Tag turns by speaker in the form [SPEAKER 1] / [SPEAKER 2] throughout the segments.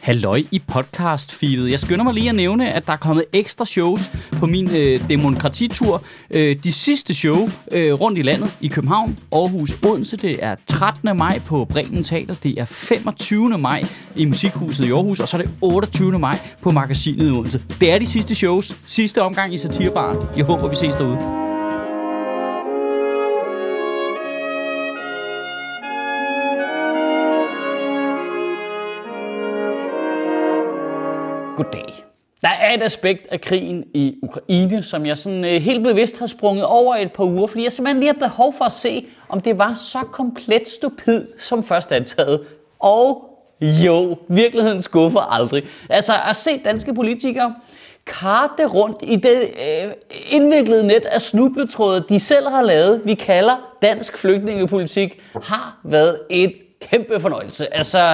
[SPEAKER 1] Halløj i podcast-feedet. Jeg skynder mig lige at nævne, at der er kommet ekstra shows på min demokratitur. De sidste show rundt i landet i København, Aarhus, Odense. Det er 13. maj på Bremen Teater. Det er 25. maj i Musikhuset i Aarhus. Og så er det 28. maj på Magasinet i Odense. Det er de sidste shows. Sidste omgang i Satirebaren. Jeg håber, vi ses derude. Goddag. Der er et aspekt af krigen i Ukraine, som jeg sådan helt bevidst har sprunget over et par uger, fordi jeg simpelthen lige har behov for at se, om det var så komplet stupid som først antaget. Og jo, virkeligheden skuffer aldrig. Altså at se danske politikere karte rundt i det indviklede net af snubletråde, de selv har lavet, vi kalder dansk flygtningepolitik, har været et kæmpe fornøjelse. Altså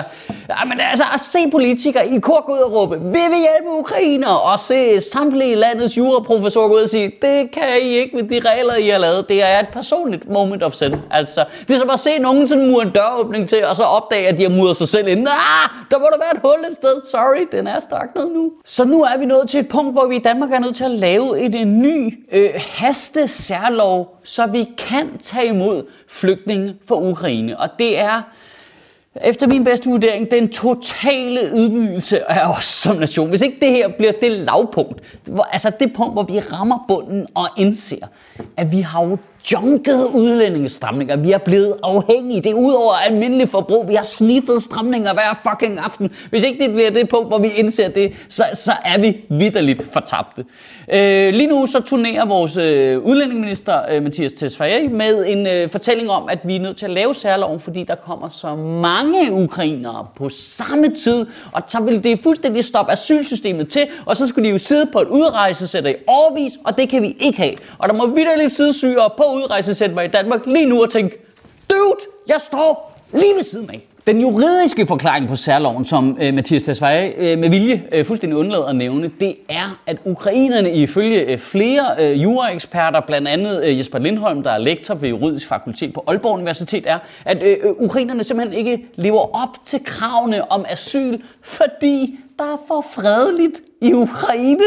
[SPEAKER 1] at se politikere i kor gå ud og råbe, vil vi hjælpe ukrainer? Og se samtlige landets juraprofessorer gå ud og sige, det kan I ikke med de regler, I har lavet. Det er et personligt moment of sin. Altså, det er som at se nogen sådan mure en døråbning til, og så opdage, at de har mudret sig selv ind. Der må der være et hul et sted. Sorry, den er staknet nu. Så nu er vi nået til et punkt, hvor vi i Danmark er nødt til at lave en ny haste særlov, så vi kan tage imod flygtninge fra Ukraine. Og det er efter min bedste vurdering, den totale ydmygelse af os som nation. Hvis ikke det her bliver det lavpunkt, altså det punkt, hvor vi rammer bunden og indser, at vi har jo junket udlændingestramninger. Vi er blevet afhængige. Det er ud over almindelig forbrug. Vi har sniffet stramninger hver fucking aften. Hvis ikke det bliver det punkt, hvor vi indser det, så er vi vitterligt fortabte. Lige nu så turnerer vores udlændingeminister Mattias Tesfaye med en fortælling om, at vi er nødt til at lave særloven, fordi der kommer så mange ukrainere på samme tid, og så vil det fuldstændig stoppe asylsystemet til, og så skulle de jo sidde på et udrejsecenter i årevis, og det kan vi ikke have. Og der må vitterligt sidde syrere på udrejsecenter i Danmark lige nu og tænke, dude, jeg står lige ved siden af. Den juridiske forklaring på særloven, som Mattias Tesfaye med vilje fuldstændig undlader at nævne, det er, at ukrainerne ifølge flere juraeksperter, blandt andet Jesper Lindholm, der er lektor ved Juridisk Fakultet på Aalborg Universitet, er, at ukrainerne simpelthen ikke lever op til kravene om asyl, fordi der er for fredeligt i Ukraine.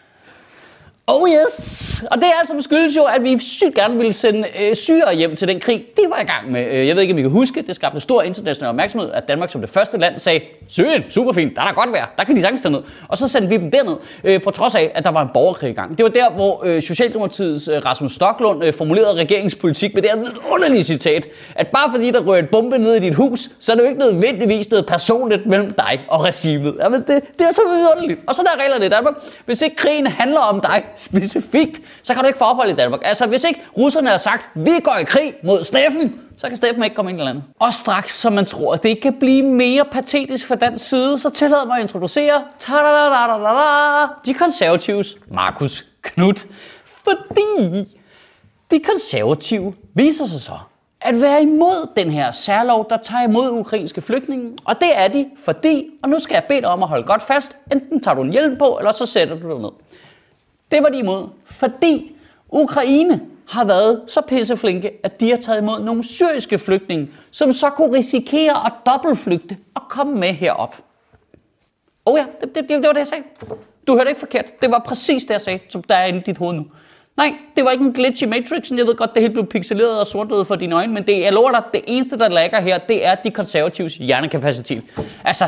[SPEAKER 1] Oh yes! Og det er altså skyldes jo, at vi sygt gerne ville sende syrere hjem til den krig, de var i gang med. Jeg ved ikke, om I kan huske, det skabte stor international opmærksomhed, at Danmark som det første land sagde, Syrien, super fint, der er godt vejr, der kan de sagtens tage ned. Og så sendte vi dem derned, på trods af, at der var en borgerkrig i gang. Det var der, hvor Socialdemokratiets Rasmus Stoklund formulerede regeringspolitik med det her underlige citat, at bare fordi der rører et bombe ned i dit hus, så er det jo ikke nødvendigvis noget personligt mellem dig og regimet. Jamen det er så vidunderligt. Og så der er reglerne i Danmark. Hvis ikke krigen handler om dig specifikt, så kan du ikke få ophold i Danmark. Altså, hvis ikke russerne har sagt, vi går i krig mod Steffen, så kan Steffen ikke komme ind i landet. Og straks, som man tror, at det ikke kan blive mere patetisk fra dansk side, så tillader mig at introducere de konservatives Marcus Knuth. Fordi de konservative viser sig så at være imod den her særlov, der tager imod ukrainske flygtninge. Og det er de, fordi, og nu skal jeg bede dig om at holde godt fast, enten tager du en hjelm på, eller så sætter du dig ned. Det var de imod, fordi Ukraine har været så pisseflinke, at de har taget imod nogle syriske flygtninge, som så kunne risikere at dobbeltflygte og komme med herop. Ja, det var det, jeg sagde. Du hørte ikke forkert. Det var præcis det, jeg sagde, som der er inde i dit hoved nu. Nej, det var ikke en glitch i Matrixen. Jeg ved godt, det hele blev pixeleret og sortet for dine øjne, men jeg lover dig, det eneste, der lægger her, det er de konservatives hjernekapacitet. Altså,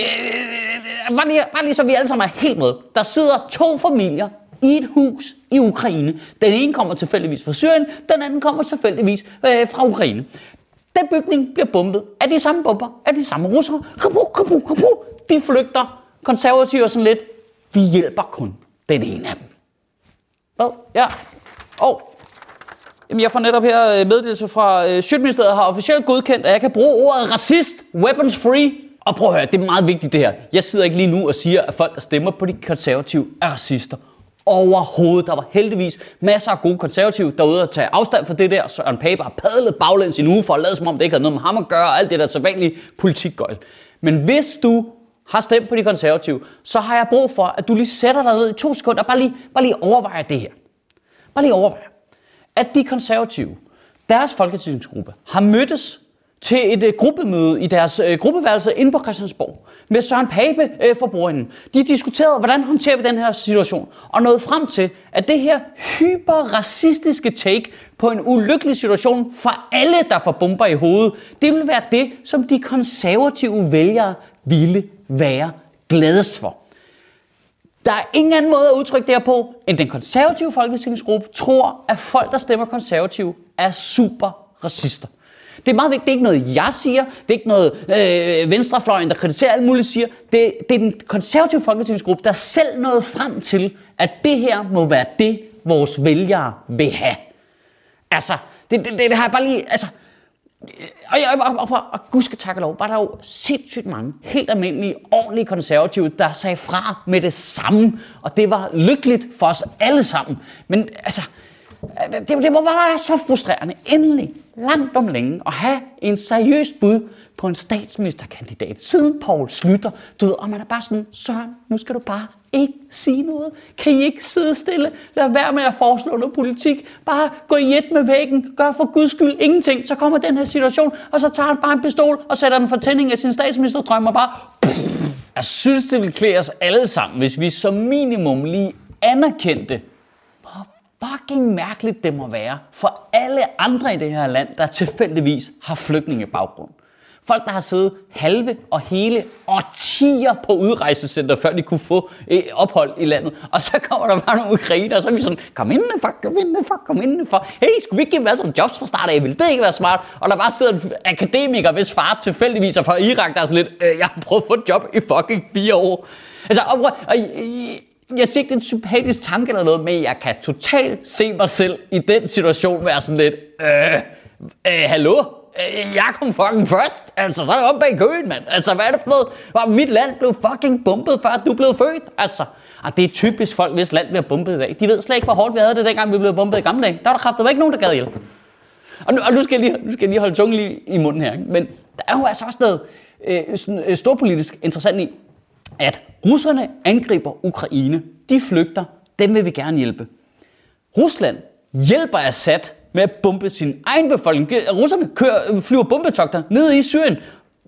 [SPEAKER 1] bare lige så vi alle sammen er helt med. Der sidder 2 familier i et hus i Ukraine. Den ene kommer tilfældigvis fra Syrien, den anden kommer tilfældigvis fra Ukraine. Den bygning bliver bombet af de samme bomber, af de samme russere. De flygter. Konservative sådan lidt. Vi hjælper kun den ene af dem. Hvad? Ja. Jamen, jeg får netop her meddelelse fra Sjøtministeriet har officielt godkendt, at jeg kan bruge ordet racist, weapons free. Og prøv at høre, det er meget vigtigt det her. Jeg sidder ikke lige nu og siger, at folk, der stemmer på de konservative, er racister. Overhovedet. Der var heldigvis masser af gode konservative derude at tage afstand fra det der. Søren Pape har padlet baglæns i en uge for at lade som om det ikke havde noget med ham at gøre, og alt det der sædvanlige politikgøjl. Men hvis du har stemt på de konservative, så har jeg brug for, at du lige sætter dig ned i 2 sekunder og bare lige overvejer det her. Bare lige overvejer, at de konservative, deres folketingsgruppe, har mødtes til et gruppemøde i deres gruppeværelse inde på Christiansborg med Søren Pape for bordenden. De diskuterede, hvordan håndterer vi den her situation, og nåede frem til, at det her hyperracistiske take på en ulykkelig situation for alle, der får bomber i hovedet, det ville være det, som de konservative vælgere ville være gladest for. Der er ingen anden måde at udtrykke det her på, end den konservative folketingsgruppe tror, at folk, der stemmer konservative, er super racister. Det er meget vigtigt. Det er ikke noget, jeg siger. Det er ikke noget venstrefløjen, der kritiserer alt muligt, siger. Det er den konservative folketingsgruppe, der selv nåede frem til, at det her må være det, vores vælgere vil have. Altså, det har jeg bare lige... Altså, og gudske tak og lov, var der jo sindssygt mange helt almindelige, ordentlige konservative, der sagde fra med det samme. Og det var lykkeligt for os alle sammen. Men altså... Det må bare være så frustrerende, endelig, langt om længe, at have en seriøs bud på en statsministerkandidat siden Poul Schlüter. Du ved, og man er bare sådan, Søren, nu skal du bare ikke sige noget. Kan I ikke sidde stille? Lad være med at foreslå noget politik. Bare gå i et med væggen. Gør for guds skyld ingenting. Så kommer den her situation, og så tager han bare en pistol og sætter den for tænding af sin statsministerdrøm og bare... Jeg synes, det vil klæde os alle sammen, hvis vi som minimum lige anerkendte, fucking mærkeligt det må være for alle andre i det her land, der tilfældigvis har flygtningebaggrund. Folk, der har siddet halve og hele årtier på udrejsecenter, før de kunne få ophold i landet. Og så kommer der bare nogle ukrainer, og så er vi sådan, kom indenfor. Hey, skulle vi ikke give dem alle sammen jobs fra start af? Vil det ikke være smart? Og der bare sidder en akademiker, hvis far tilfældigvis er fra Irak, der er sådan lidt, jeg har prøvet at få et job i fucking 4 år. Altså, jeg siger ikke, det er en sympatisk tanke eller noget, men jeg kan totalt se mig selv i den situation være sådan lidt, hallo? Jeg kom fucking først. Altså, så er det om bag køen, mand. Altså, hvad er det for noget? Hvor mit land blev fucking bumpet, før du blev født. Altså, og det er typisk folk, hvis land bliver bumpet i dag. De ved slet ikke, hvor hårdt vi havde det, dengang vi blev bumpet i gamle dage. Der var der kraftedeme ikke nogen, der gad hjælp. Og nu skal jeg lige holde tungen lige i munden her. Ikke? Men der er jo altså også noget storpolitisk interessant i, at russerne angriber Ukraine. De flygter. Dem vil vi gerne hjælpe. Rusland hjælper Assad med at bombe sin egen befolkning. Russerne flyver bombetogter ned i Syrien.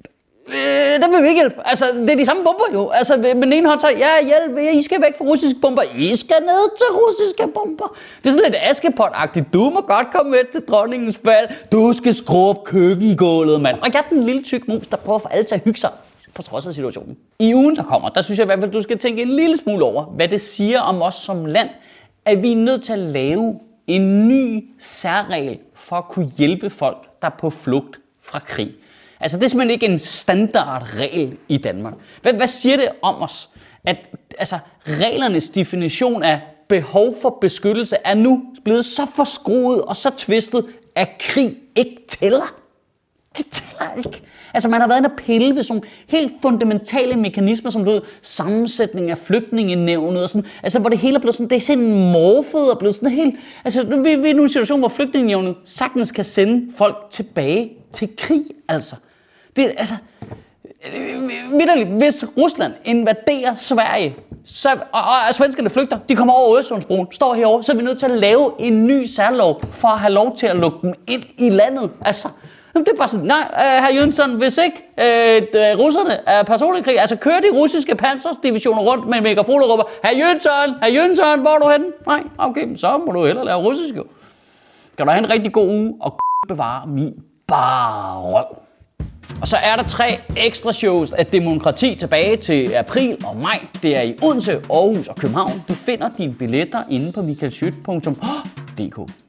[SPEAKER 1] Der vil vi ikke hjælpe. Altså, det er de samme bomber jo. Altså, med den ene hånd så, ja, hjælp, I skal væk fra russiske bomber. I skal ned til russiske bomber. Det er sådan lidt Askepot-agtigt. Du må godt komme med til dronningens bal. Du skal skrubbe køkkengulvet, mand. Og jeg er den lille tyk mus, der prøver at få alle til at hygge sig på trods af situationen. I ugen, der kommer, der synes jeg i hvert fald, du skal tænke en lille smule over, hvad det siger om os som land, at vi er nødt til at lave en ny særregel for at kunne hjælpe folk, der er på flugt fra krig. Altså, det er simpelthen ikke en standardregel i Danmark. Hvad siger det om os? At altså, reglernes definition af behov for beskyttelse er nu blevet så forskruet og så tvistet, at krig ikke tæller. Det tæller ikke. Altså, man har været inde og pille ved sådan helt fundamentale mekanismer, som du ved, sammensætning af flygtningenævnet og sådan, altså, hvor det hele er blevet sådan, det er sådan morfet og blevet sådan helt, altså, vi er nu i en situation, hvor flygtningenævnet sagtens kan sende folk tilbage til krig, altså. Det, altså, vitterligt, hvis Rusland invaderer Sverige, så, og svenskerne flygter, de kommer over Øresundsbroen, står herovre, så er vi nødt til at lave en ny særlov for at have lov til at lukke dem ind i landet, altså. Det er bare sådan, nej, hr. Jønsson, hvis ikke russerne er personlig krig, altså kører de russiske panserdivisioner rundt med megafoner og råber, hr. Jønsson, hvor er du henne? Nej, okay, så må du hellere lære russisk jo. Kan du have en rigtig god uge og bevare min bare røv. Og så er der 3 ekstra shows af Demokrati tilbage til april og maj. Det er i Odense, Aarhus og København. Du finder dine billetter inde på michaelschyt.dk.